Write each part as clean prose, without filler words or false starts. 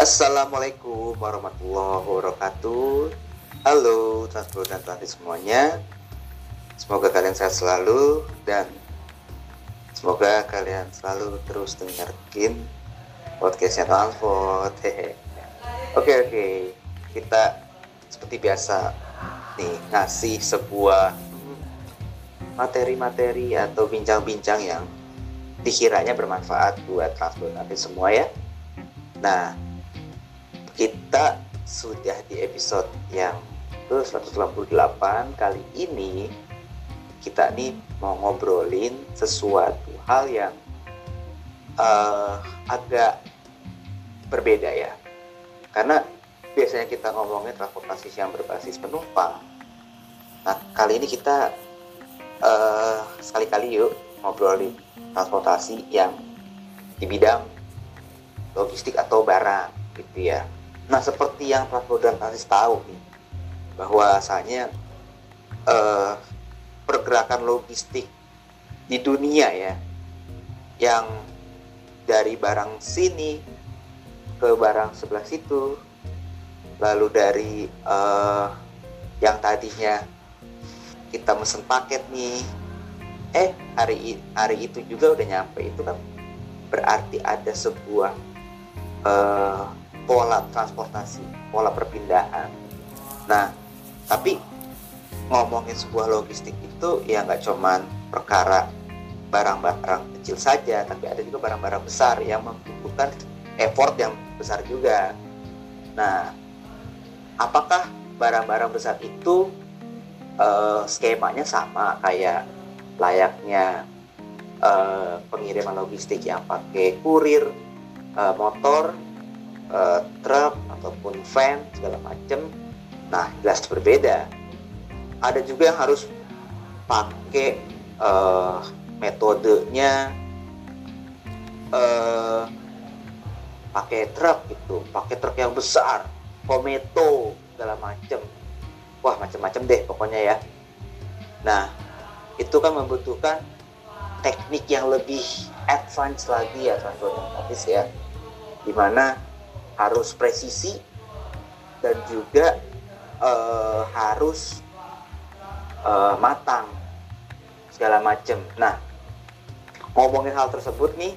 Assalamualaikum warahmatullahi wabarakatuh. Halo transport dan transit semuanya. Semoga kalian sehat selalu dan semoga kalian selalu terus dengerin podcastnya Transport. Oke. Kita seperti biasa nih ngasih sebuah materi-materi atau bincang-bincang yang dikiranya bermanfaat buat transport nanti semua ya. Nah, kita sudah di episode yang ke-188. Kali ini kita nih mau ngobrolin sesuatu hal yang agak berbeda ya. Karena biasanya kita ngomongin transportasi yang berbasis penumpang. Nah, kali ini kita sekali-kali yuk ngobrolin transportasi yang di bidang logistik atau barang gitu ya. Nah, seperti yang transport dan transit tahu nih, bahwasanya pergerakan logistik di dunia ya, yang dari barang sini ke barang sebelah situ, lalu dari yang tadinya kita mesen paket nih, hari itu juga udah nyampe, itu kan berarti ada sebuah pola transportasi, pola perpindahan. Nah, tapi ngomongin sebuah logistik itu ya nggak cuman perkara barang-barang kecil saja, tapi ada juga barang-barang besar yang membutuhkan effort yang besar juga. Nah, apakah barang-barang besar itu skemanya sama kayak layaknya pengiriman logistik yang pakai kurir, motor, truk ataupun van segala macam? Nah, jelas berbeda. Ada juga yang harus pakai metodenya pakai truk gitu, pakai truk yang besar, kometo segala macam. Wah, macam-macam deh pokoknya ya. Nah, itu kan membutuhkan teknik yang lebih advance lagi ya, transportatis ya, dimana harus presisi dan juga harus matang segala macam. Nah, ngomongin hal tersebut nih,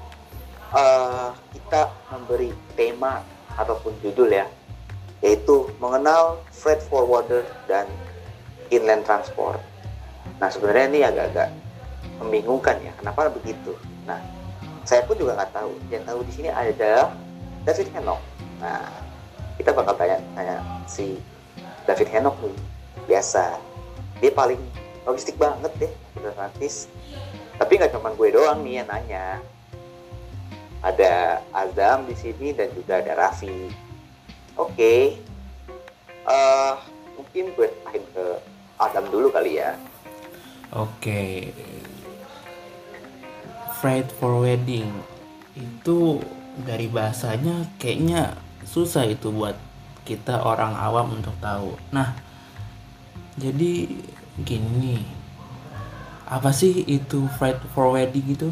kita memberi tema ataupun judul ya, yaitu mengenal freight forwarder dan inland transport. Nah, sebenarnya ini agak-agak membingungkan ya, kenapa begitu? Nah, saya pun juga nggak tahu. Yang tahu di sini ada David Henok. Nah, kita bakal tanya si David Henok nih. Biasa, dia paling logistik banget deh, otomatis. Tapi nggak cuma gue doang nih yang nanya. Ada Adam di sini dan juga ada Raffi. Oke. Mungkin gue terakhir ke Adam dulu kali ya. Oke. Freight forwarding itu dari bahasanya kayaknya susah itu buat kita orang awam untuk tahu. Nah, jadi gini, apa sih itu freight forwarding itu?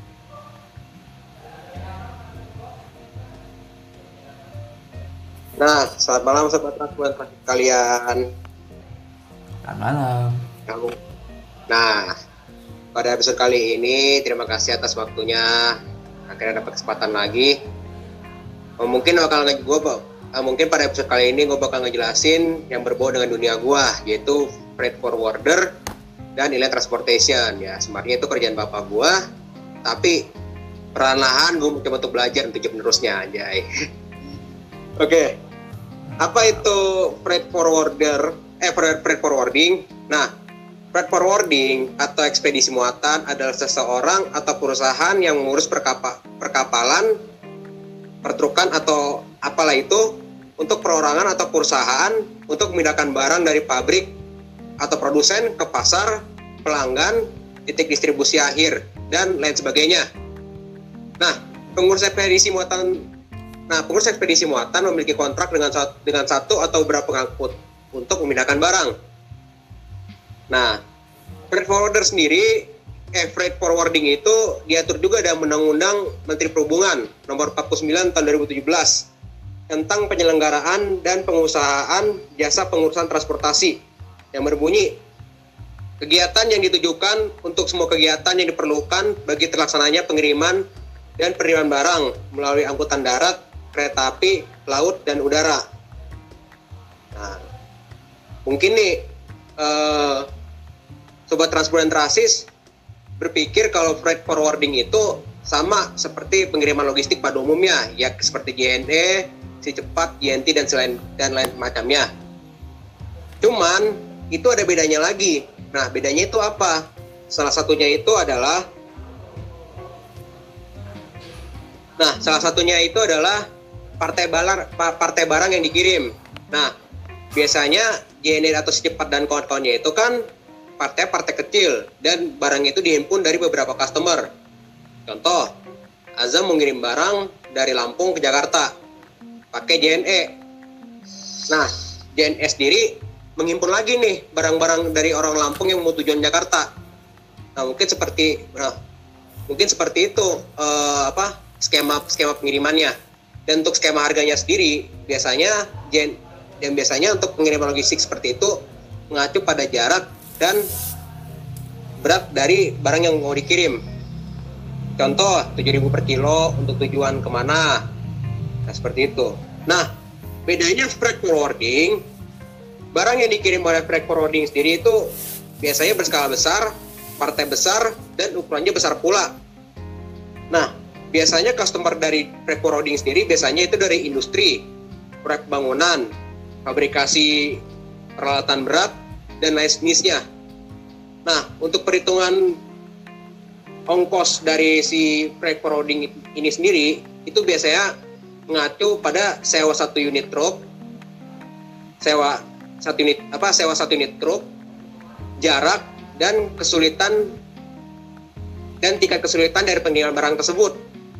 Nah, selamat malam sobat transport kalian. Selamat malam. Nah, pada episode kali ini terima kasih atas waktunya. Akhirnya dapat kesempatan lagi. Mungkin pada episode kali ini gue bakal ngejelasin yang berbau dengan dunia gue, yaitu freight forwarder dan inland transportation ya. Sebenarnya itu kerjaan bapak gue, tapi perlahan-lahan gue mencoba untuk belajar untuk penerusnya anjay. Oke. Apa itu freight forwarding? Nah, freight forwarding atau ekspedisi muatan adalah seseorang atau perusahaan yang mengurus perkapalan, pertrukan atau apalah itu untuk perorangan atau perusahaan untuk memindahkan barang dari pabrik atau produsen ke pasar, pelanggan, titik distribusi akhir, dan lain sebagainya. Nah, pengurus ekspedisi muatan memiliki kontrak dengan satu atau beberapa pengangkut untuk memindahkan barang. Nah, freight forwarding itu diatur juga dalam Undang-Undang Menteri Perhubungan Nomor 49 Tahun 2017 tentang penyelenggaraan dan pengusahaan jasa pengurusan transportasi yang berbunyi kegiatan yang ditujukan untuk semua kegiatan yang diperlukan bagi terlaksananya pengiriman dan penerimaan barang melalui angkutan darat, kereta api, laut, dan udara. Nah, mungkin nih Sobat Transport dan Transis berpikir kalau freight forwarding itu sama seperti pengiriman logistik pada umumnya, ya seperti JNE, Si Cepat, JNT, dan lain macamnya. Cuman itu ada bedanya lagi. Nah, bedanya itu apa? Salah satunya itu adalah partai barang yang dikirim. Nah, biasanya JNE atau Si Cepat dan kawan-kawannya itu kan partai kecil dan barang itu dihimpun dari beberapa customer. Contoh, Azam mengirim barang dari Lampung ke Jakarta pakai JNE. Nah, JNE sendiri menghimpun lagi nih barang-barang dari orang Lampung yang mau tujuan Jakarta. Nah, mungkin seperti itu skema pengirimannya. Dan untuk skema harganya sendiri biasanya untuk pengiriman logistik seperti itu mengacu pada jarak dan berat dari barang yang mau dikirim. Contoh 7.000 per kilo untuk tujuan kemana. Nah, seperti itu. Nah, bedanya freight forwarding, barang yang dikirim oleh freight forwarding sendiri itu biasanya berskala besar, partai besar, dan ukurannya besar pula. Nah, biasanya customer dari freight forwarding sendiri biasanya itu dari industri, proyek bangunan, fabrikasi peralatan berat, dan lain jenisnya. Nah, untuk perhitungan ongkos dari si freight forwarding ini sendiri itu biasanya mengacu pada sewa satu unit truk, jarak dan kesulitan dan tingkat kesulitan dari pengiriman barang tersebut.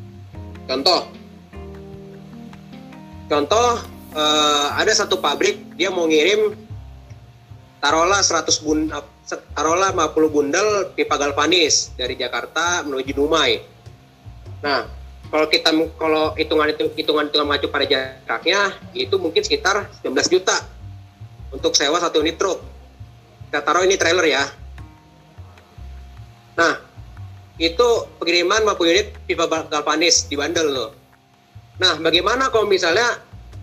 Contoh, ada satu pabrik dia mau ngirim taruhlah 50 bundel pipa galvanis dari Jakarta menuju Dumai. Nah, kalau hitungan mengacu pada jaraknya itu mungkin sekitar 19 juta untuk sewa satu unit truk. Kita taruh ini trailer ya. Nah, itu pengiriman 50 unit pipa galvanis di bandel loh. Nah, bagaimana kalau misalnya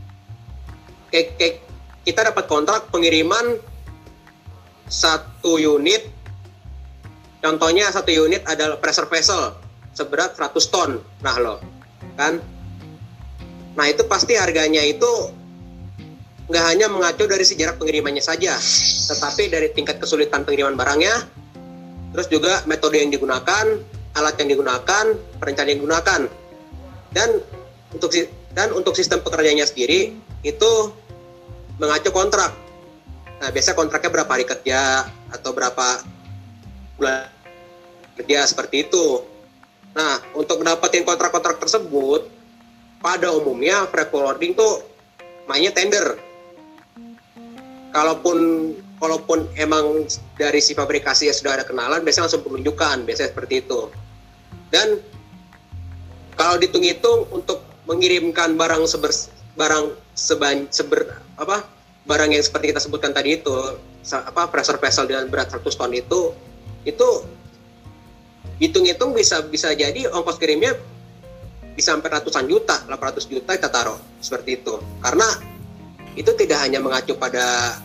kita dapat kontrak pengiriman satu unit, contohnya satu unit adalah pressure vessel seberat 100 ton. Nah loh, kan? Nah, itu pasti harganya itu nggak hanya mengacu dari sejarah pengirimannya saja, tetapi dari tingkat kesulitan pengiriman barangnya, terus juga metode yang digunakan, alat yang digunakan, perencanaan yang digunakan, dan untuk sistem pekerjaannya sendiri itu mengacu kontrak. Nah, biasa kontraknya berapa hari kerja atau berapa bulan kerja seperti itu. Nah, untuk mendapatkan kontrak-kontrak tersebut, pada umumnya freight forwarding tuh mainnya tender. Kalaupun emang dari si fabrikasi yang sudah ada kenalan, biasanya langsung penunjukan, biasanya seperti itu. Dan kalau dihitung-hitung untuk mengirimkan barang yang seperti kita sebutkan tadi itu, pressure vessel dengan berat 100 ton itu hitung-hitung bisa jadi ongkos kirimnya bisa sampai ratusan juta, 800 juta kita taruh seperti itu. Karena itu tidak hanya mengacu pada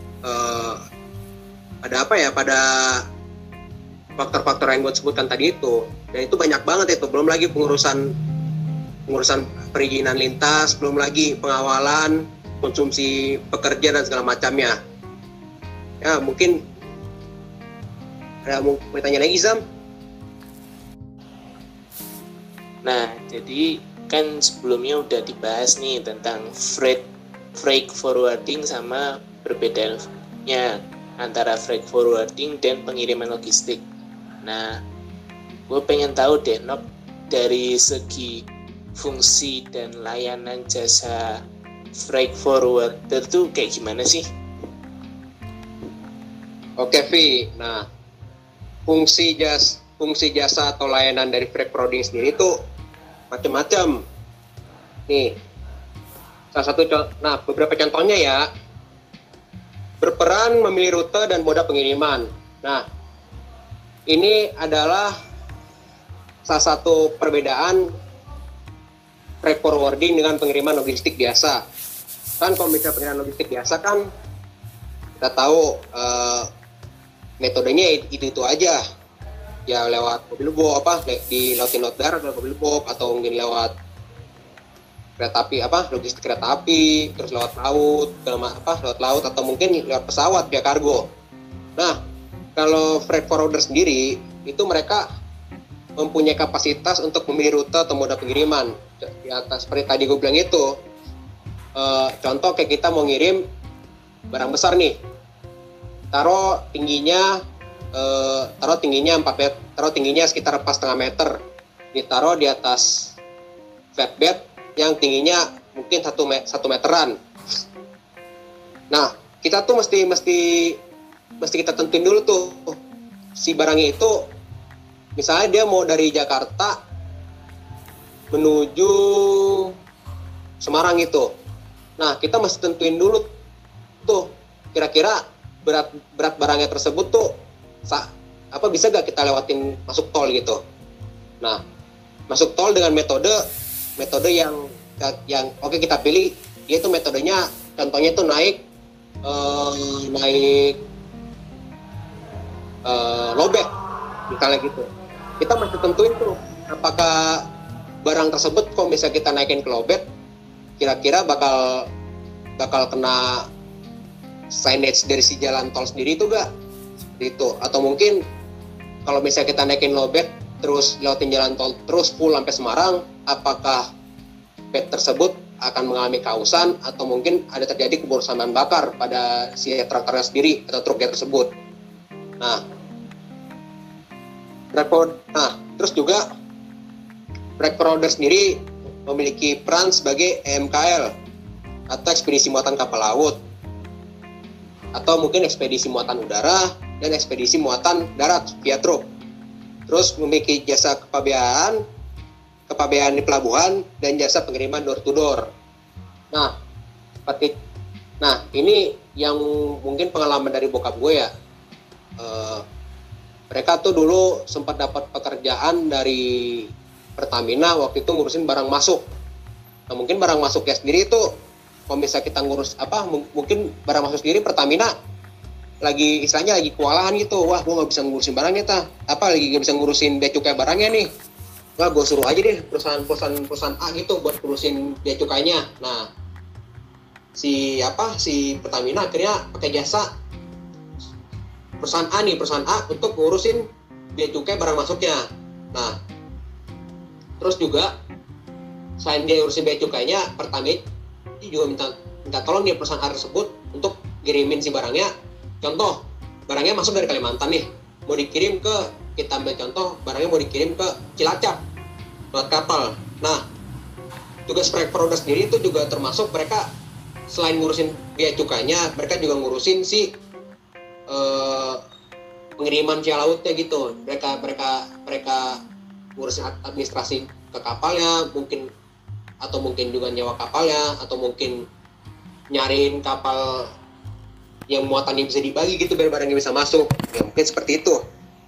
pada faktor-faktor yang gue sebutkan tadi itu, dan itu banyak banget itu. Belum lagi pengurusan perizinan lintas, belum lagi pengawalan konsumsi pekerja dan segala macamnya. Ya, mungkin ada mau bertanya lagi, Zam? Nah, jadi kan sebelumnya udah dibahas nih tentang freight forwarding sama berbedanya antara freight forwarding dan pengiriman logistik. Nah, gue pengen tahu deh, Nok, dari segi fungsi dan layanan jasa freight forwarder tuh kayak gimana sih? Oke, Vi. Nah, fungsi jasa atau layanan dari freight forwarding sendiri itu macam-macam. Nih, Beberapa contohnya ya, berperan memilih rute dan moda pengiriman. Nah, ini adalah salah satu perbedaan freight forwarding dengan pengiriman logistik biasa. Kan kalau misalnya pengiriman logistik biasa kan kita tahu metodenya itu aja. Ya lewat mobil bob di laut darat lewat mobil bob, atau mungkin lewat kereta api logistik kereta api, terus lewat laut atau mungkin lewat pesawat via kargo. Nah, kalau freight forwarder sendiri itu mereka mempunyai kapasitas untuk memilih rute atau moda pengiriman. Di atas seperti tadi gue bilang itu, contoh kayak kita mau ngirim barang besar nih, taruh tingginya sekitar 4,5 meter, ditaruh di atas flatbed yang tingginya mungkin 1 meteran. Nah, kita tuh mesti kita tentuin dulu tuh si barangnya itu, misalnya dia mau dari Jakarta menuju Semarang itu. Nah, kita mesti tentuin dulu tuh kira-kira berat barangnya tersebut tuh bisa gak kita lewatin masuk tol gitu. Nah, masuk tol dengan metode yang oke kita pilih, yaitu metodenya contohnya tuh naik lobek misalnya gitu. Kita mesti tentuin tuh apakah barang tersebut kalau misalnya kita naikin ke lobek kira-kira bakal kena signage dari si jalan tol sendiri itu gak? Seperti itu. Atau mungkin kalau misalnya kita naikin lobek terus lewatin jalan tol terus full sampai Semarang, apakah bed tersebut akan mengalami kausan atau mungkin ada terjadi keborosan bahan bakar pada si traktornya sendiri atau truknya tersebut. Nah, terus juga freight forwarder sendiri memiliki peran sebagai EMKL atau ekspedisi muatan kapal laut, atau mungkin ekspedisi muatan udara dan ekspedisi muatan darat via truk. Terus memiliki jasa kepabeanan di pelabuhan dan jasa pengiriman door to door. Nah, ini yang mungkin pengalaman dari bokap gue ya. Mereka tuh dulu sempat dapat pekerjaan dari Pertamina waktu itu ngurusin barang masuk. Nah, mungkin barang masuknya sendiri itu kalau misalnya kita ngurus mungkin barang masuk sendiri Pertamina lagi kewalahan gitu. Wah, gue nggak bisa ngurusin barangnya lagi nggak bisa ngurusin bea cukai barangnya nih. Wah, gue suruh aja deh perusahaan A gitu buat ngurusin bea cukainya. Nah, si Pertamina akhirnya pakai jasa perusahaan A untuk ngurusin bea cukai barang masuknya. Nah, terus juga selain dia ngurusin bea cukainya, Pertamina juga minta tolong nih perusahaan A tersebut untuk kirimin si barangnya. Contoh, barangnya masuk dari Kalimantan nih, mau dikirim kita ambil contoh, barangnya mau dikirim ke Cilacap lewat kapal. Nah, tugas freight forwarder sendiri itu juga termasuk mereka selain ngurusin bea cukainya, mereka juga ngurusin si pengiriman via lautnya gitu. Mereka ngurusin administrasi ke kapalnya, mungkin juga nyewa kapalnya, atau mungkin nyariin kapal yang muatannya bisa dibagi gitu biar barangnya bisa masuk. Ya mungkin seperti itu.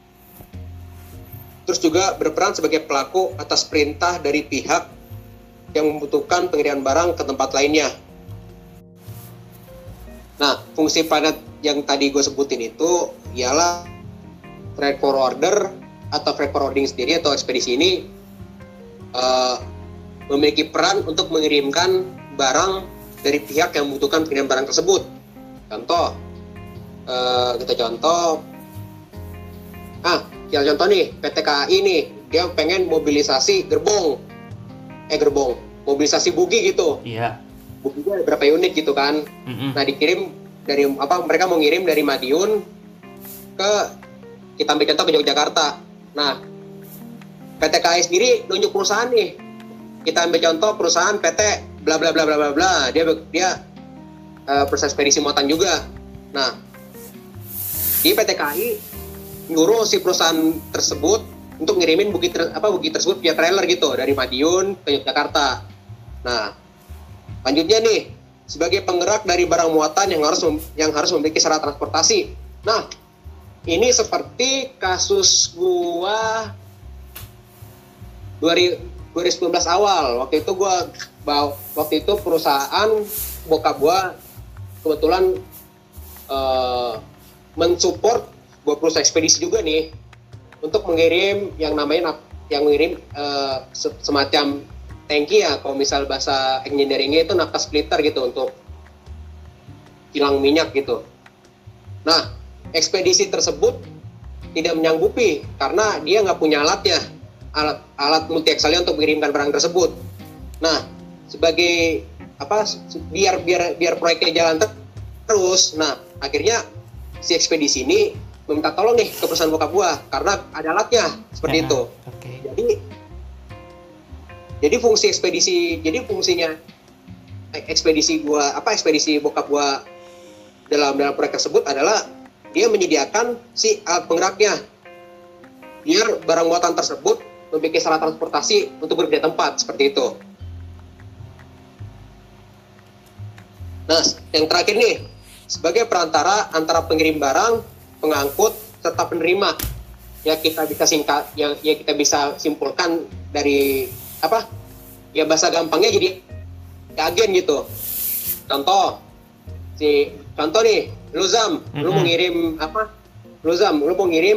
Terus juga berperan sebagai pelaku atas perintah dari pihak yang membutuhkan pengiriman barang ke tempat lainnya. Nah, fungsi planet yang tadi gue sebutin itu ialah freight forwarder atau freight forwarding sendiri atau ekspedisi ini memiliki peran untuk mengirimkan barang dari pihak yang membutuhkan pengiriman barang tersebut. Contoh nih, PT KAI nih, dia pengen mobilisasi mobilisasi bugi gitu. Iya. Buginya ada berapa unit gitu kan. Nah, dikirim dari mereka mau ngirim dari Madiun kita ambil contoh ke Yogyakarta. Nah, PT KAI sendiri nunjuk perusahaan nih. Kita ambil contoh perusahaan PT bla bla bla bla bla bla. Dia proses ekspedisi muatan juga. Nah, di PT KAI nyuruh si perusahaan tersebut untuk ngirimin bugi tersebut via trailer gitu dari Madiun ke Yogyakarta. Nah, Lanjutnya nih, sebagai penggerak dari barang muatan yang harus memiliki syarat transportasi. Nah, ini seperti kasus gua 2019 awal. Waktu itu perusahaan bokap gua kebetulan mensupport buat perusahaan ekspedisi juga nih untuk mengirim semacam tangki ya, kalau misal bahasa engineeringnya itu naphtha splitter gitu untuk kilang minyak gitu. Nah, ekspedisi tersebut tidak menyanggupi karena dia nggak punya alat multi axle untuk mengirimkan barang tersebut. Nah, sebagai biar proyeknya jalan terus, nah akhirnya si ekspedisi ini meminta tolong nih ke perusahaan bokap gua karena ada alatnya seperti itu. Okay. Jadi fungsinya ekspedisi bokap gua dalam proyek tersebut adalah dia menyediakan si alat penggeraknya biar barang muatan tersebut memiliki syarat transportasi untuk berpindah tempat seperti itu. Nah, yang terakhir nih, sebagai perantara antara pengirim barang, pengangkut, serta penerima, ya kita bisa simpulkan dari bahasa gampangnya jadi agen gitu. Contoh nih, lu Zam, lu mau ngirim lu mau ngirim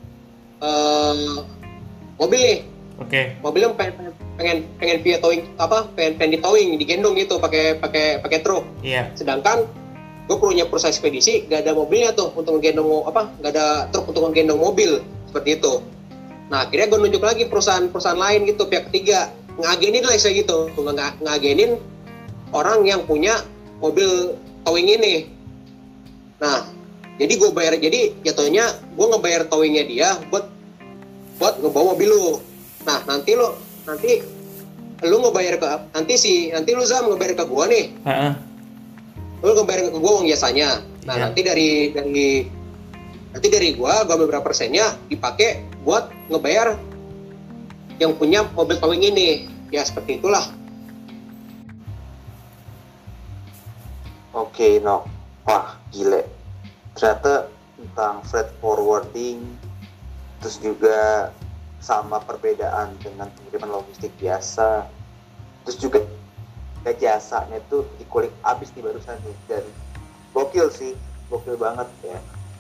mobil nih. Oke. Mobilnya pengen via towing pengen di towing, digendong gitu pakai truk. Iya. Sedangkan gue punya perusahaan ekspedisi gak ada mobilnya tuh untuk menggendong gak ada truk untuk menggendong mobil seperti itu. Nah, akhirnya gue nunjuk lagi perusahaan lain gitu, pihak ketiga ngagenin lah saya gitu, ngagenin orang yang punya mobil towing ini. Nah, jadi jatuhnya gue ngebayar towingnya dia buat ngebawa mobil lu. Nah, nanti lu ngebayar nanti lu Zam ngebayar ke gua nih. Lu ngebayar ke gua uang jasanya. Nah, nanti dari gua ambil berapa persennya dipakai buat ngebayar yang punya mobil towing ini. Ya, seperti itulah. Oke, no. Wah, gile. Ternyata tentang freight forwarding, terus juga sama perbedaan dengan pengiriman logistik biasa, terus juga jasanya tuh dikulik abis nih barusan nih, dan gokil banget ya.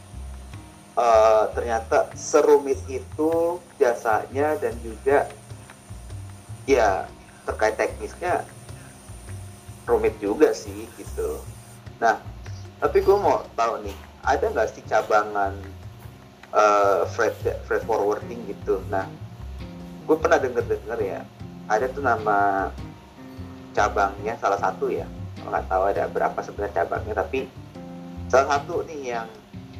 Ternyata serumit itu jasanya, dan juga ya terkait teknisnya rumit juga sih gitu. Nah, tapi gue mau tahu nih, ada nggak sih cabangan freight forwarding gitu? Nah, gue pernah denger ya, ada tuh nama cabangnya, salah satu ya, nggak tahu ada berapa sebenarnya cabangnya, tapi salah satu nih yang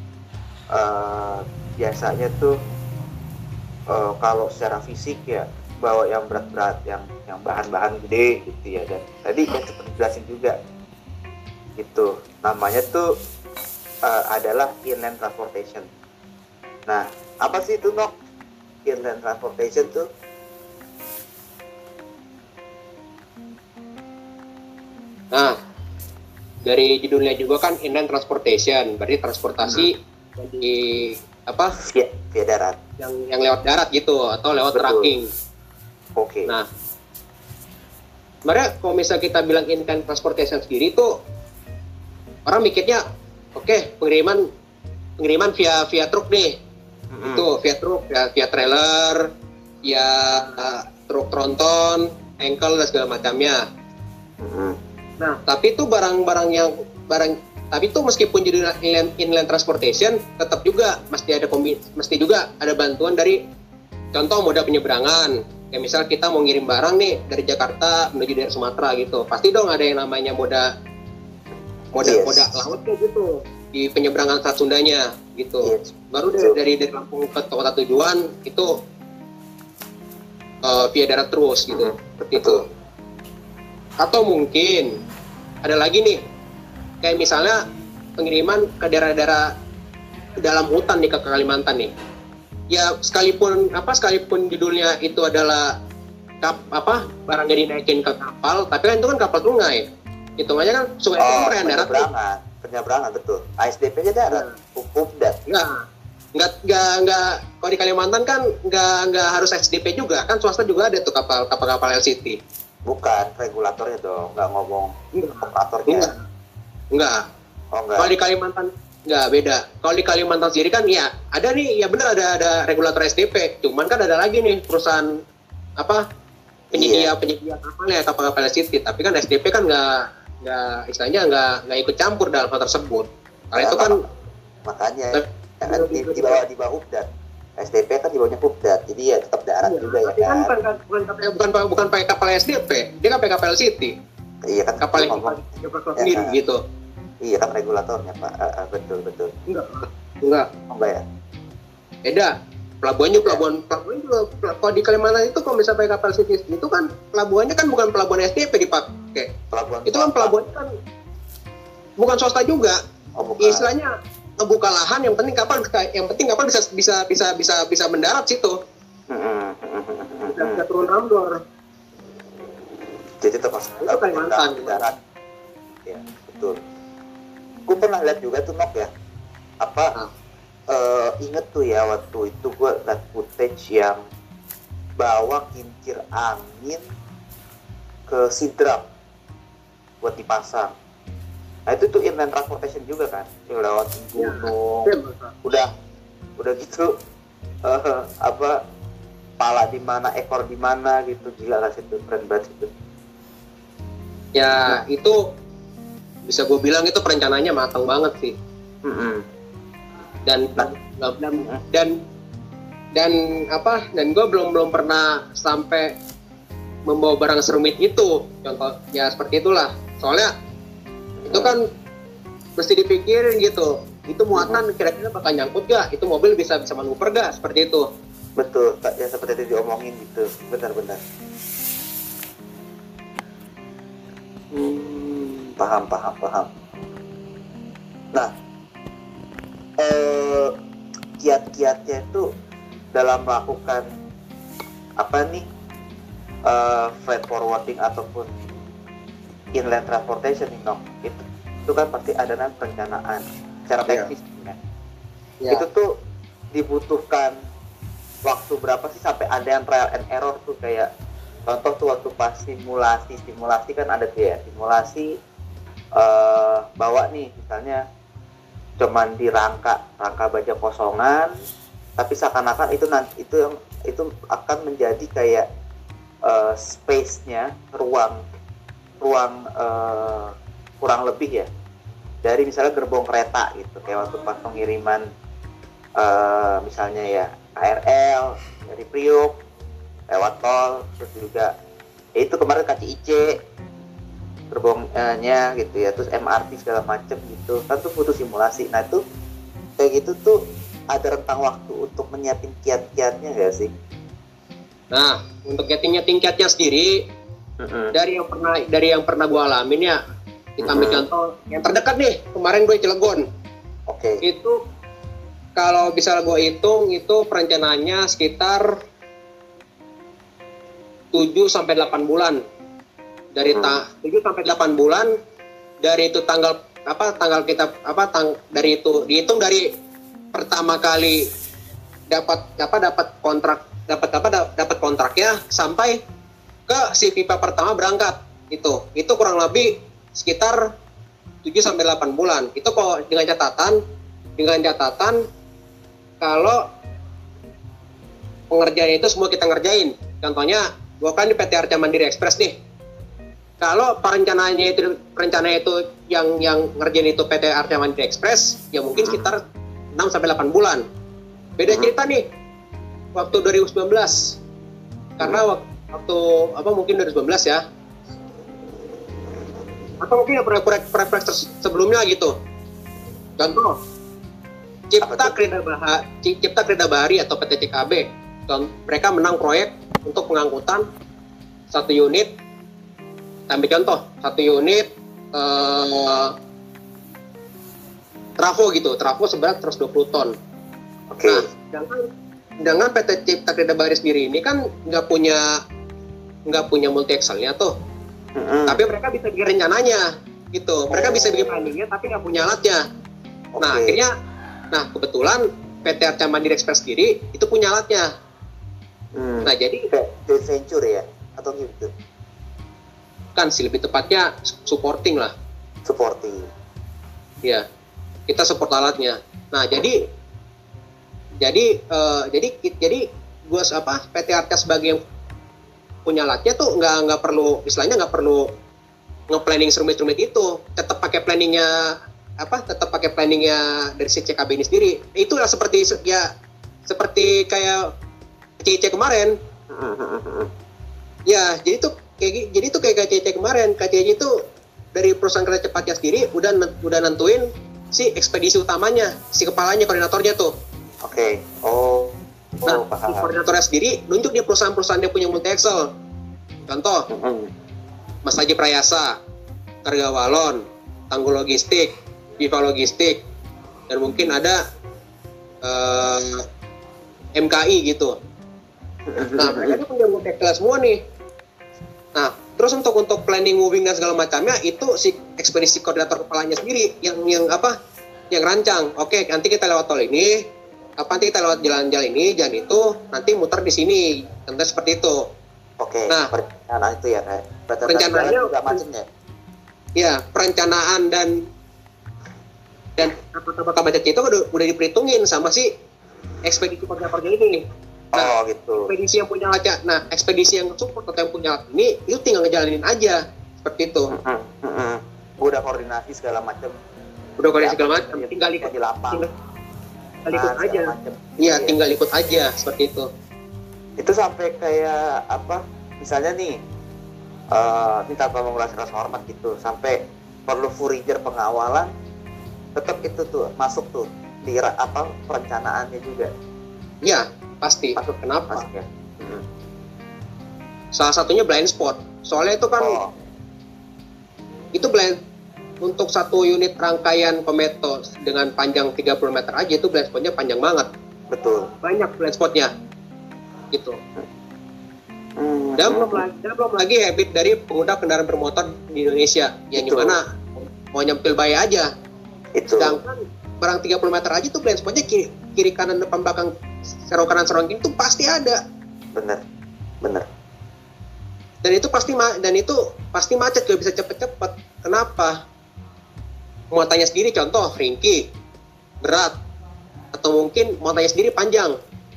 biasanya tuh kalau secara fisik ya bawa yang berat-berat, yang bahan-bahan gede gitu ya. Dan tadi yang sempat dijelasin juga gitu, namanya tuh adalah inland transportation. Nah, apa sih itu, Nok? Inland transportation tuh? Nah, dari judulnya juga kan inland transportation, berarti transportasi di via darat. Yang lewat darat gitu, atau lewat trucking. Oke. Nah, sebenarnya kalau misalnya kita bilang inland transportation sendiri tuh, orang mikirnya, oke, pengiriman via truk nih. Itu via truk, via trailer, via truk tronton, engkel dan segala macamnya. Nah, tapi itu tapi itu meskipun jadi inland transportation, tetap juga mesti juga ada bantuan dari contoh moda penyeberangan. Kayak misal kita mau ngirim barang nih dari Jakarta menuju daerah Sumatera gitu, pasti dong ada yang namanya moda laut kayak gitu di penyeberangan Selat Sundanya gitu. Baru dari Lampung ke kota tujuan itu via darat terus gitu, seperti itu. Atau mungkin ada lagi nih, kayak misalnya pengiriman ke daerah-daerah dalam hutan nih, ke Kalimantan nih. Ya sekalipun judulnya itu adalah barangnya dinaikin ke kapal, tapi kan itu kan kapal sungai. hitungannya kan sungai itu kan perairan darat. Penyeberangan betul. ASDP aja darat, Pupdat. Nggak. Kalau di Kalimantan kan nggak harus SDP juga, kan swasta juga ada tuh kapal LCT. Bukan regulatornya dong, nggak ngomong operatornya. Enggak. Oh enggak. Kalau di Kalimantan nggak beda. Kalau di Kalimantan sendiri kan ya ada nih, ya benar ada regulator SDP. Cuman kan ada lagi nih perusahaan penyedia kapalnya, kapal LCT. Tapi kan SDP kan nggak istilahnya nggak ikut campur dalam hal tersebut. Karena itu kan makanya di bawah Pupdat. SDP kan di bawahnya Pupdat, jadi ya tetap darat juga ya kan. Bukan pakai kapal SDP, dia kan pakai kapal LCT. Iya kan kapal yang sendiri gitu. Iya kan regulatornya Pak. Betul. Enggak. Oh, enggak ya? Beda. Pelabuhan juga kalau di Kalimantan itu kalau bisa pakai kapal LCT itu kan pelabuhannya kan bukan pelabuhan SDP dipakai. Itu kan pelabuhan kan bukan swasta juga. Oh, bukan. Istilahnya ngebuka lahan, yang penting kapal bisa mendarat situ. Bisa turun ramdor. Jadi termasuk itu Kalimantan darat. Ya, betul. Gue pernah lihat juga tuh Nok ya. Inget tuh ya waktu itu gue lihat footage yang bawa kincir angin ke Sidrap buat dipasang. Nah itu tuh inland transportation juga kan, yang lewat gunung, udah gitu, pala di mana, ekor di mana gitu, gila lah situ, keren banget itu. Ya itu bisa gue bilang itu perencanaannya matang banget sih. Dan gue belum pernah sampai membawa barang serumit itu, contoh ya seperti itulah, soalnya itu kan mesti dipikirin gitu, itu muatan kira-kira bakal nyangkut gak, itu mobil bisa manuver gak, seperti itu. Betul, ya seperti itu diomongin gitu, benar-benar. Paham. Nah, kiat-kiatnya itu dalam melakukan freight forwarding ataupun inland transportation itu kan pasti ada perencanaan secara teknis ya. Itu tuh dibutuhkan waktu berapa sih sampai ada yang trial and error tuh, kayak contoh tuh waktu pas simulasi kan ada tuh ya, simulasi bawa nih misalnya cuman di rangka baja kosongan, tapi seakan-akan itu akan menjadi kayak space-nya ruang kurang lebih ya dari misalnya gerbong kereta gitu, kayak waktu pas pengiriman misalnya ya KRL dari Priok lewat tol, terus juga itu kemarin KCIC gerbongnya gitu ya, terus MRT segala macem gitu kan, tuh butuh simulasi. Nah itu kayak gitu tuh ada rentang waktu untuk menyiapin kiat-kiatnya nggak sih? Nah untuk nyiapin kiatnya sendiri, dari yang pernah gue alamin ya, kita ambil contoh yang terdekat nih, kemarin gue Cilegon. Oke. Itu kalau bisa gue hitung itu perencanaannya sekitar 7-8 bulan. Dari 7-8 bulan dari itu dari itu dihitung dari pertama kali dapat kontraknya sampai ke si pipa pertama berangkat, itu kurang lebih sekitar 7-8 bulan. Itu kok dengan catatan kalau pengerjaan itu semua kita ngerjain. Contohnya gua kan di PT Arca Mandiri Express nih, kalau perencananya itu yang ngerjain itu PT Arca Mandiri Express ya mungkin sekitar 6-8 bulan. Beda cerita nih waktu 2019, karena waktu mungkin 2019 ya, atau mungkin proyek sebelumnya gitu. Contoh Cipta Krida Bahari atau PT CKB, mereka menang proyek untuk pengangkutan satu unit, ambil contoh satu unit trafo seberat 120 ton. Oke. Nah, dengan PT Cipta Krida Bahari sendiri ini kan nggak punya multi axle-nya tuh. Tapi mereka bisa bikin rencananya gitu. Mereka bisa bikin planningnya tapi nggak punya alatnya. Nah akhirnya, kebetulan PT Arca Mandiri Express sendiri itu punya alatnya. Nah jadi joint venture ya atau gitu? Kan sih lebih tepatnya supporting lah. Supporting. Ya, kita support alatnya. Nah jadi gua PT Arca sebagai yang punya alatnya tuh nggak perlu, istilahnya nggak perlu nge-planning instrumen itu, tetap pakai planningnya dari si CKB ini sendiri. Itulah seperti kayak CIC kemarin. Ya, jadi itu kayak CIC kemarin. KCC itu dari perusahaan kereta cepatnya sendiri udah nentuin si ekspedisi utamanya, si kepalanya, koordinatornya tuh. Oke. Nah, si koordinatornya sendiri nunjuk dia perusahaan-perusahaan yang punya multi axle. Contoh, Mas Haji Prayasa, Karga Walon, Tanggul Logistik, Viva Logistik, dan mungkin ada MKI gitu. Nah, mereka punya multi axle semua nih. Nah, terus untuk planning, moving dan segala macamnya itu si ekspedisi koordinator kepalanya sendiri yang rancang. Oke, nanti kita lewat tol ini, nanti kita lewat jalan-jalan ini, jalan itu, nanti muter di sini, tentu seperti itu. Oke, nah, perencanaan itu ya, kayak perencanaannya juga macetnya. Ya, perencanaan dan apa macetnya itu udah diperhitungin sama si ekspedisi koordinatornya ini. Nah, gitu. Ekspedisi yang punya alat, ekspedisi yang support atau yang punya alat ini, itu tinggal ngejalanin aja seperti itu. Udah koordinasi segala macam. Tinggal ikut di lapang. Tinggal ikut aja. Iya, tinggal ikut aja seperti itu. Itu sampai kayak apa? Misalnya nih, ini tanpa mengulas rasa hormat gitu, sampai perlu forager pengawalan, tetap itu tuh masuk tuh di perencanaannya juga. Iya, pasti. Masuk. Kenapa? Masuk ya. Salah satunya blind spot. Soalnya itu kan itu blind untuk satu unit rangkaian kometo dengan panjang 30 meter aja, itu blind spotnya panjang banget. Betul. Banyak blind spotnya. Gitu. Dan belum lagi habit dari pengguna kendaraan bermotor di Indonesia yang dimana mau nyempil bahaya aja. Sedangkan barang 30 meter aja tuh blind spotnya kiri kanan depan belakang, serong kanan serong kiri itu pasti ada. Bener. Dan itu pasti macet, gak bisa cepet-cepet. Kenapa? Muatannya sendiri, contoh ringkih, berat, atau mungkin muatannya sendiri panjang.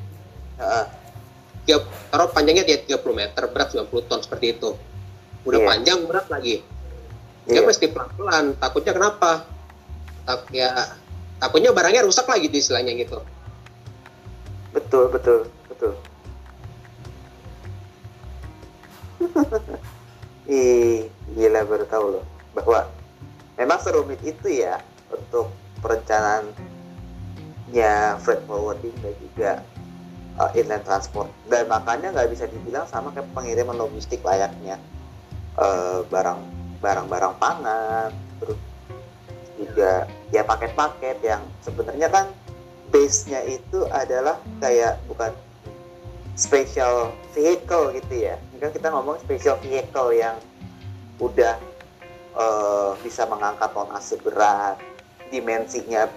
Taruh panjangnya dia 30 meter, berat 90 ton, seperti itu. Udah panjang, berat lagi. Dia mesti pelan-pelan. Takutnya kenapa? Takutnya barangnya rusak lagi gitu, istilahnya gitu. Betul. Gila, baru tahu loh bahwa memang serumit itu ya untuk perencanaannya freight forwarding dan juga inland transport, dan makanya nggak bisa dibilang sama kayak pengiriman logistik layaknya barang-barang pangan, terus juga ya paket-paket yang sebenarnya kan base-nya itu adalah kayak bukan special vehicle gitu ya. Ini kan kita ngomong special vehicle yang udah bisa mengangkat tonnase berat, dimensinya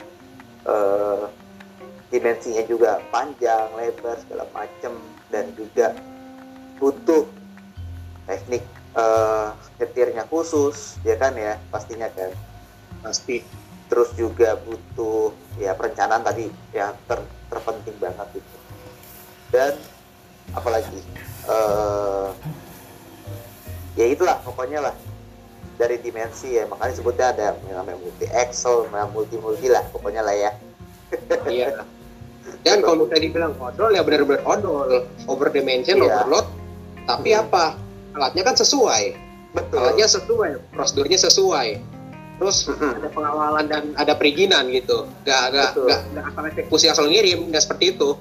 juga panjang, lebar, segala macem, dan juga butuh teknik nyetirnya khusus, ya kan ya, pastinya kan. Pasti. Terus juga butuh ya perencanaan tadi yang terpenting banget itu. Dan apalagi ya itulah pokoknya lah, dari dimensi ya, makanya sebutnya ada yang namanya multi axle, multi lah pokoknya lah ya. Iya. Dan kalau misalnya dibilang odol ya benar-benar odol, over dimension, overload, tapi apa? Alatnya kan sesuai. Betul. Alatnya sesuai, prosedurnya sesuai. Terus ada pengawalan dan ada perizinan gitu. Gak asal eksekusi asal ngirim, nggak seperti itu.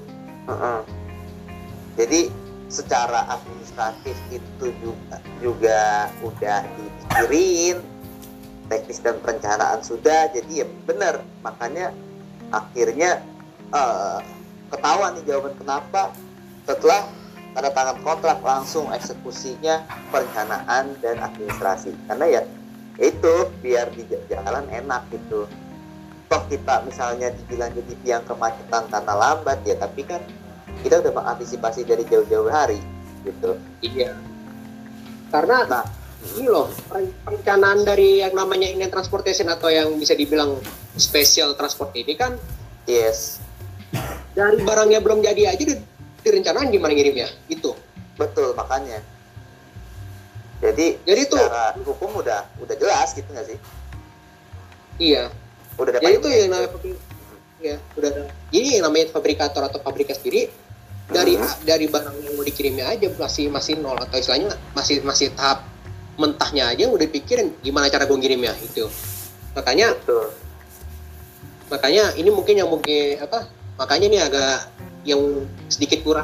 Jadi secara administratif itu juga udah dipikirin, teknis dan perencanaan sudah, jadi ya benar. Makanya akhirnya ketahuan nih jawaban kenapa setelah tanda tangan kontrak, langsung eksekusinya perencanaan dan administrasi. Karena ya itu biar di jalan enak gitu. Toh kita misalnya dibilang jadi tiang kemacetan karena lambat ya, tapi kan kita udah mengantisipasi dari jauh-jauh hari gitu. Iya. Karena Nah, ini loh, perencanaan dari yang namanya inland transportation atau yang bisa dibilang special transport ini kan yes, dari barangnya belum jadi aja direncanain gimana ngirimnya gitu. betul, makanya. Jadi tuh secara hukum udah jelas gitu nggak sih? iya. Udah ada Jadi itu payungnya yang namanya ya udah ada. Jadi yang namanya fabrikator atau pabrikan sendiri dari barang yang mau dikirimnya aja masih nol, atau istilahnya masih tahap mentahnya aja udah pikirin gimana cara gue ngirimnya itu. Makanya betul. Makanya ini mungkin makanya ini agak yang sedikit kurang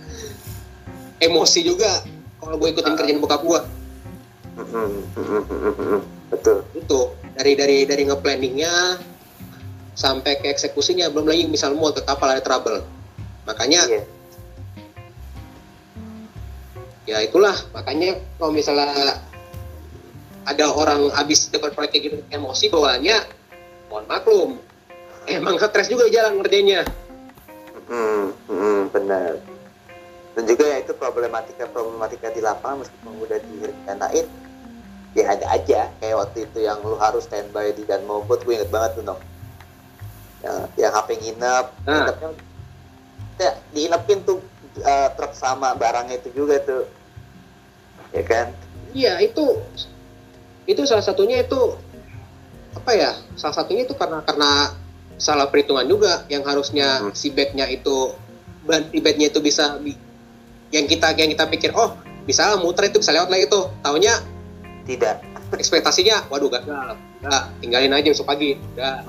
emosi juga kalau gue ikutin kerjaan bokap gue. Betul. Itu dari nge-planningnya sampai ke eksekusinya, belum lagi misal mau ke kapal ada trouble. Makanya Iya. ya itulah, makanya kalau misalnya ada orang habis dapat proyek kayak gitu emosi bawaannya, mohon maklum, emang stres juga jalan ngerjainnya. Benar. Dan juga ya itu problematika di lapangan meskipun udah direncanain, ya ada aja kayak waktu itu yang lu harus standby di Dan Mogot, gue inget banget tuh Nong. Yang HP nginep, nginepnya ya, diinepin tuh truk sama barangnya itu juga tuh, ya kan? Iya, itu salah satunya itu salah satunya itu karena salah perhitungan juga, yang harusnya si bednya itu bednya itu bisa yang kita pikir bisa muter itu bisa lewat lagi itu, taunya Tidak. ekspektasinya waduh gagal, tinggalin aja besok pagi, udah.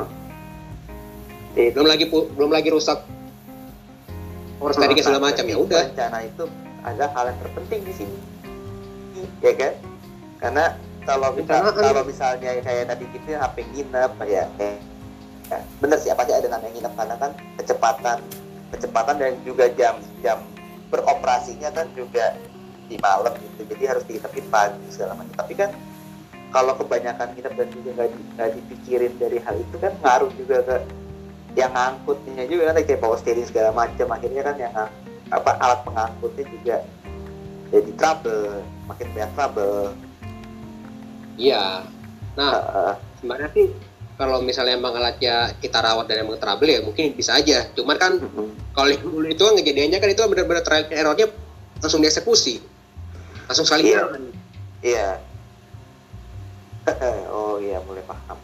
belum lagi rusak power steering segala macam, ya udah. Rencana itu adalah hal yang terpenting di sini, ya kan? Karena kalau misalnya kayak tadi kita HP nginep ya, bener sih, apa sih ada namanya nginep, karena kan kecepatan dan juga jam beroperasinya kan juga di malam gitu, jadi harus diinepin pagi segala macam. Tapi kan kalau kebanyakan nginep dan juga nggak dipikirin dari hal itu kan ngaruh juga ke yang ngangkutnya juga kan, kayak power steering segala macam, akhirnya kan yang alat pengangkutnya juga jadi trouble, makin banyak trouble. Iya. Nah, sebenarnya sih kalau misalnya emang alatnya kita rawat dan emang trouble ya mungkin bisa aja. Cuman kan kalau dulu itu kejadiannya kan itu benar-benar trial errornya langsung dieksekusi, langsung saling kan. Iya. Oh iya, mulai paham.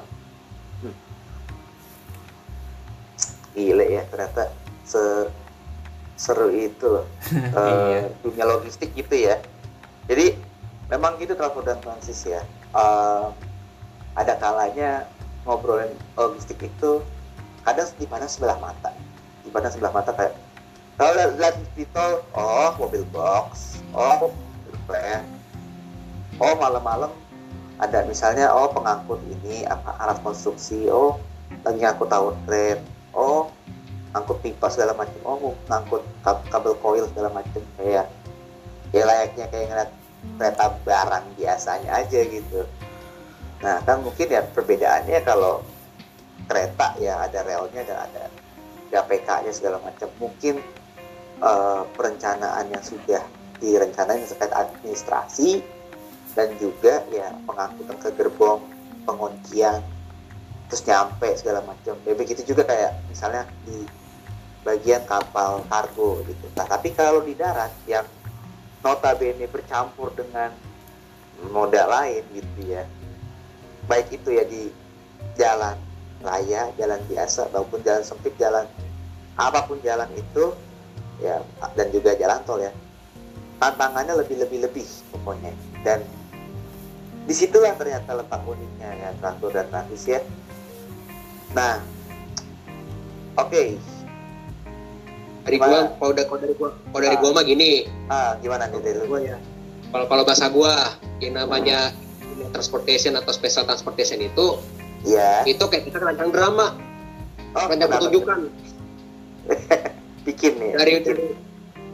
Gile ya, ternyata seru itu loh. Dunia logistik gitu ya. Jadi memang gitu transport dan transis ya. Ada kalanya ngobrolin logistik itu kadang dipandang sebelah mata kayak kalau lihat di tol, mobil box, mobil van, malam-malam ada misalnya pengangkut ini alat konstruksi, lagi ngangkut tower crane, ngangkut pipa segala macam, ngangkut kabel coil segala macam, kayak ya layaknya kayak ngeliat kereta barang biasanya aja gitu. Nah kan mungkin ya perbedaannya kalau kereta ya ada relnya dan ada PK-nya segala macam. Mungkin perencanaan yang sudah direncanain terkait administrasi dan juga ya pengangkutan ke gerbong, penguncian, terus nyampe segala macam. Begitu juga kayak misalnya di bagian kapal kargo gitu. Nah tapi kalau di darat yang notabene bercampur dengan moda lain gitu ya, baik itu ya di jalan raya, jalan biasa maupun jalan sempit, apapun jalan itu ya, dan juga jalan tol ya, tantangannya lebih pokoknya. Dan disitulah ternyata letak uniknya ya transport dan transis ya. Nah, oke. Dari gua mah gini. Gimana nih dari gua ya? Kalau bahasa gua yang namanya transportation atau special transportation itu, itu kayak kita rancang drama, rancang pertunjukan. Bikin nih.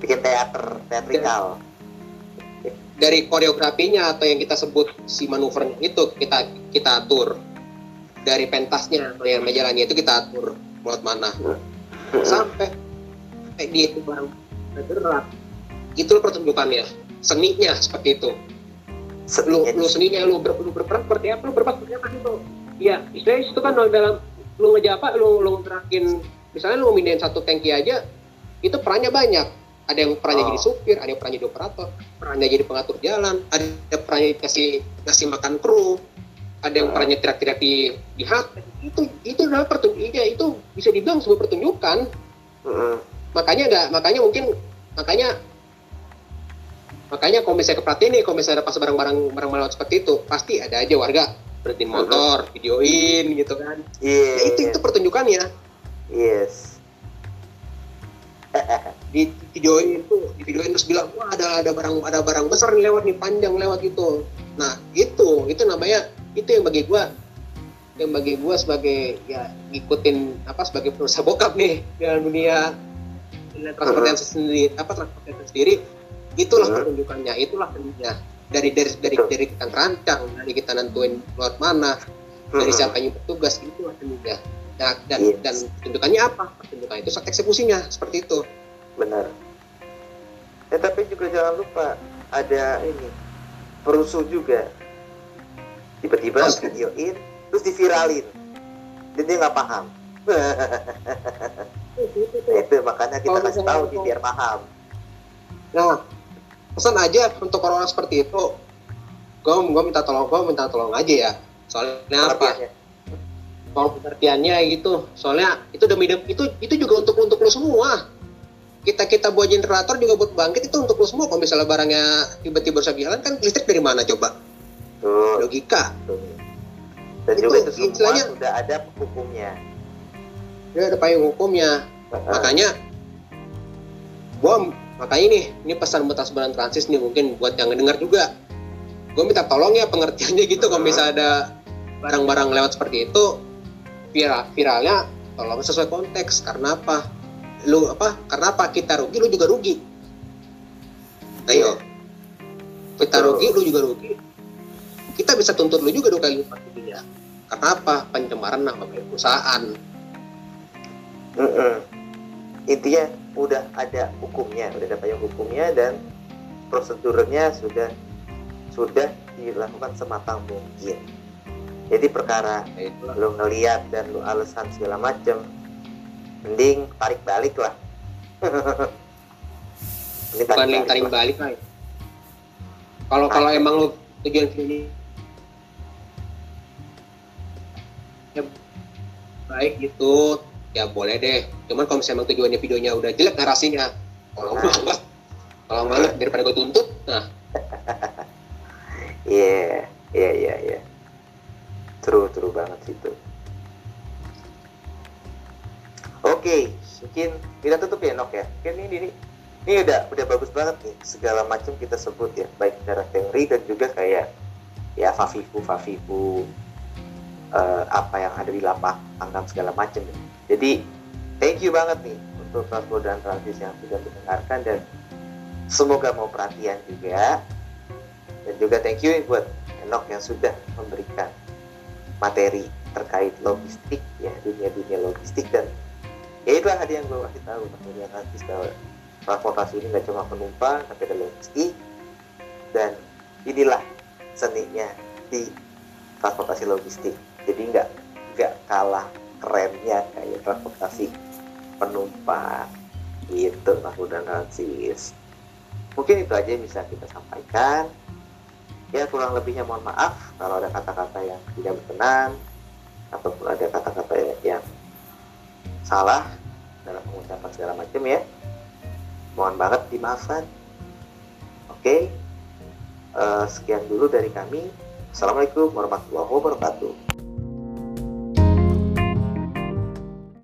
bikin teatrikal. Dari koreografinya atau yang kita sebut si manuvernya itu kita atur. Dari pentasnya atau yang jalannya itu kita atur lewat mana. Sampai dia itu barang bergerak. Itu pertunjukannya, seninya seperti itu. Lu seninya lu berperan seperti apa? Lu berperan seperti apa itu? Iya, istilahnya itu kan dalam lu ngejapa, lu ngerakin, misalnya lu mindahin satu tangki aja, itu perannya banyak. Ada yang perannya jadi supir, ada yang perannya jadi operator, perannya jadi pengatur jalan, ada perannya ngasih makan kru, ada yang perannya teriak-teriak di hat. Itu adalah pertunjukan, itu bisa dibilang sebuah pertunjukan. Makanya kalau misalnya keperhatiin nih, kalau misalnya ada pas barang-barang lewat seperti itu, pasti ada aja warga berhentiin motor, videoin gitu kan. Iya. Itu pertunjukannya. Yes. Di videoin terus bilang, wah ada barang besar nih lewat nih, panjang lewat gitu. Nah itu namanya, itu yang bagi gua sebagai ya ngikutin sebagai perusahaan bokap nih dalam dunia transportasi sendiri, itulah pertunjukannya, itulah seninya. Dari kita ngerancang, dari kita nentuin lewat mana, dari siapa yang bertugas, itulah seninya. Nah, dan pertunjukannya apa? Pertunjukan itu eksekusinya seperti itu. Benar. Tapi juga jangan lupa ada ini perusuh juga. Tiba-tiba videoin terus diviralin, dan dia nggak paham. Itu makanya kita kasih tahu biar paham. Nah, pesan aja untuk orang-orang seperti itu, gue minta tolong aja ya. Soalnya apa? Kalau pengertiannya gitu, soalnya itu itu juga untuk lo semua. Kita buat generator juga buat bangkit, itu untuk lo semua. Kalau misalnya barangnya tiba-tiba bisa jalan, kan listrik dari mana coba? Logika. Dan itu, juga itu semua sudah ada hukumnya. Ya ada payung hukumnya. Makanya ini pesan buat Asbaran Transis nih, mungkin buat yang ngedengar juga. Gue minta tolong ya pengertiannya gitu. Kalau misalnya ada barang-barang lewat seperti itu, viralnya tolong sesuai konteks. Karena apa? Karena apa? Kita rugi, lu juga rugi. Ayo. Kita rugi, lu juga rugi. Kita bisa tuntut lu juga 2 kali lipat ruginya. Karena apa? Pencemaran nama baik perusahaan. Intinya udah ada hukumnya, udah ada payung hukumnya, dan prosedurnya sudah dilakukan sematang mungkin. Jadi perkara lu ngeliat dan lu alasan segala macem, mending tarik balik lah. Bukan tarik balik lah. Kalau emang lu tujuan ini ya baik gitu, ya boleh deh. Cuman kalau misalnya tujuannya videonya udah jelek narasinya, tolong banget daripada gue tuntut. Nah. Iya. True banget itu. Oke, mungkin kita tutup ya, Nok ya. Kan ini udah bagus banget nih, segala macam kita sebut ya, baik secara teori dan juga kayak ya Fafifu apa yang ada di lapak tangkap segala macam. Jadi thank you banget nih untuk Transport dan Transis yang sudah mendengarkan, dan semoga mau perhatian juga. Dan juga thank you buat Enok yang sudah memberikan materi terkait logistik ya, dunia logistik. Dan ya itulah tadi yang gue kasih tahu dunia Transis, bahwa transportasi ini nggak cuma penumpang tapi ada logistik, dan inilah seninya di transportasi logistik. Jadi nggak kalah kerennya kayak transportasi penumpang gitu, Transport dan Transis. Mungkin itu aja yang bisa kita sampaikan. Ya kurang lebihnya mohon maaf kalau ada kata-kata yang tidak berkenan ataupun ada kata-kata yang salah dalam pengucapan segala macam ya. Mohon banget dimaafkan. Oke. Sekian dulu dari kami. Assalamualaikum warahmatullahi wabarakatuh.